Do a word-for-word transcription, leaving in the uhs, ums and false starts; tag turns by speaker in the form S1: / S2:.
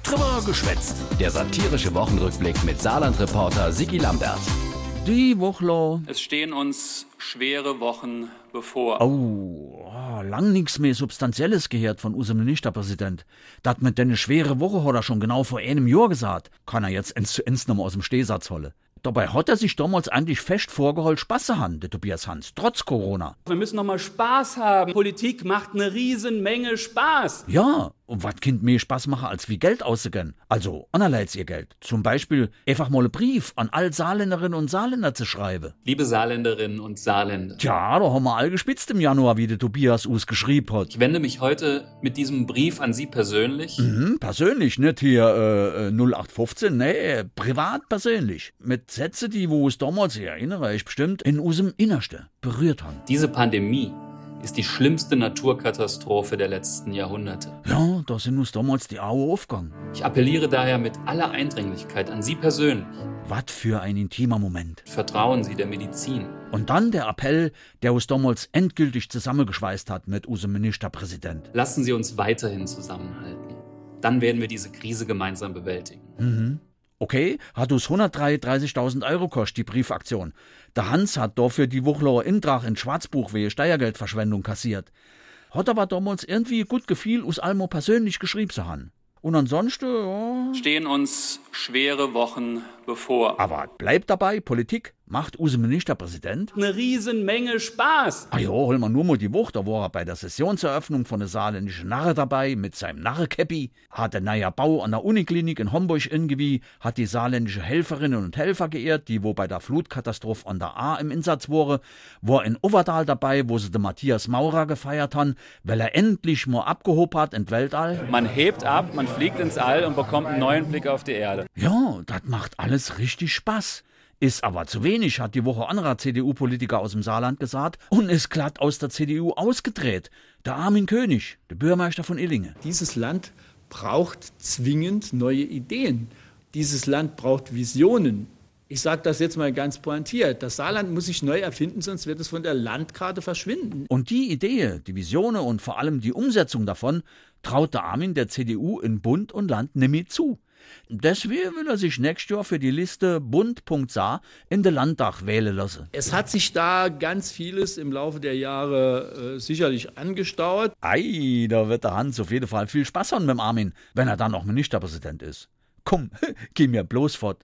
S1: Drüber geschwätzt. Der satirische Wochenrückblick mit Saarland-Reporter Sigi Lambert.
S2: Die Woche.
S3: Es stehen uns schwere Wochen bevor.
S2: Oh, oh lang nichts mehr Substanzielles gehört von unserem Ministerpräsident. Dat mit deine schwere Woche hat er schon genau vor einem Jahr gesagt. Kann er jetzt ends zu ends nochmal aus dem Stehsatz holen. Dabei hat er sich damals eigentlich fest vorgeholt, Spaß zu haben, der Tobias Hans, trotz Corona.
S4: Wir müssen noch mal Spaß haben. Politik macht eine riesen Menge Spaß.
S2: Ja, und was Kind mehr Spaß machen, als wie Geld auszugeben? Also, einerseits ihr Geld. Zum Beispiel einfach mal einen Brief an all Saarländerinnen und Saarländer zu schreiben.
S4: Liebe Saarländerinnen und Saarländer.
S2: Tja, da haben wir all gespitzt im Januar, wie der Tobias us geschrieben hat.
S4: Ich wende mich heute mit diesem Brief an Sie persönlich.
S2: Mhm, persönlich, nicht hier äh, null acht fünfzehn, nee, privat persönlich. Mit Sätze, die, wo es damals, ich erinnere ich bestimmt, in unserem Innersten berührt haben.
S4: Diese Pandemie ist die schlimmste Naturkatastrophe der letzten Jahrhunderte.
S2: Ja, da sind uns damals die Augen aufgegangen.
S4: Ich appelliere daher mit aller Eindringlichkeit an Sie persönlich.
S2: Was für ein intimer Moment.
S4: Vertrauen Sie der Medizin.
S2: Und dann der Appell, der uns damals endgültig zusammengeschweißt hat mit unserem Ministerpräsident.
S4: Lassen Sie uns weiterhin zusammenhalten. Dann werden wir diese Krise gemeinsam bewältigen.
S2: Mhm. Okay, hat uns hundertdreiunddreißigtausend Euro kostet, die Briefaktion. Der Hans hat dafür die Woche Intrag in Schwarzbuch wegen Steuergeldverschwendung kassiert. Hat aber damals irgendwie gut gefiel, us Almo persönlich geschrieben zu haben. Und ansonsten, ja.
S3: Stehen uns schwere Wochen bevor.
S2: Aber bleibt dabei, Politik macht unser Ministerpräsident
S4: eine riesen Menge Spaß.
S2: Ah ja, hol mal nur mal die Woche, da war er bei der Sessionseröffnung von der saarländischen Narre dabei, mit seinem Narrekäppi, hat der neuer Bau an der Uniklinik in Homburg irgendwie, hat die saarländische Helferinnen und Helfer geehrt, die wo bei der Flutkatastrophe an der A im Einsatz waren, war in Overdal dabei, wo sie den Matthias Maurer gefeiert haben, weil er endlich mal abgehoben hat in Weltall.
S5: Man hebt ab, man fliegt ins All und bekommt einen neuen Blick auf die Erde.
S2: Ja, das macht alles richtig Spaß. Ist aber zu wenig, hat die Woche anderer C D U-Politiker aus dem Saarland gesagt und ist glatt aus der C D U ausgedreht. Der Armin König, der Bürgermeister von Illingen.
S6: Dieses Land braucht zwingend neue Ideen. Dieses Land braucht Visionen. Ich sage das jetzt mal ganz pointiert. Das Saarland muss sich neu erfinden, sonst wird es von der Landkarte verschwinden.
S2: Und die Idee, die Visionen und vor allem die Umsetzung davon traut der Armin der C D U in Bund und Land nämlich zu. Deswegen will er sich nächstes Jahr für die Liste Bund Punkt Saar in den Landtag wählen lassen.
S6: Es hat sich da ganz vieles im Laufe der Jahre äh, sicherlich angestaut.
S2: Ei, da wird der Hans auf jeden Fall viel Spaß haben mit dem Armin, wenn er dann auch Ministerpräsident ist. Komm, geh mir bloß fort.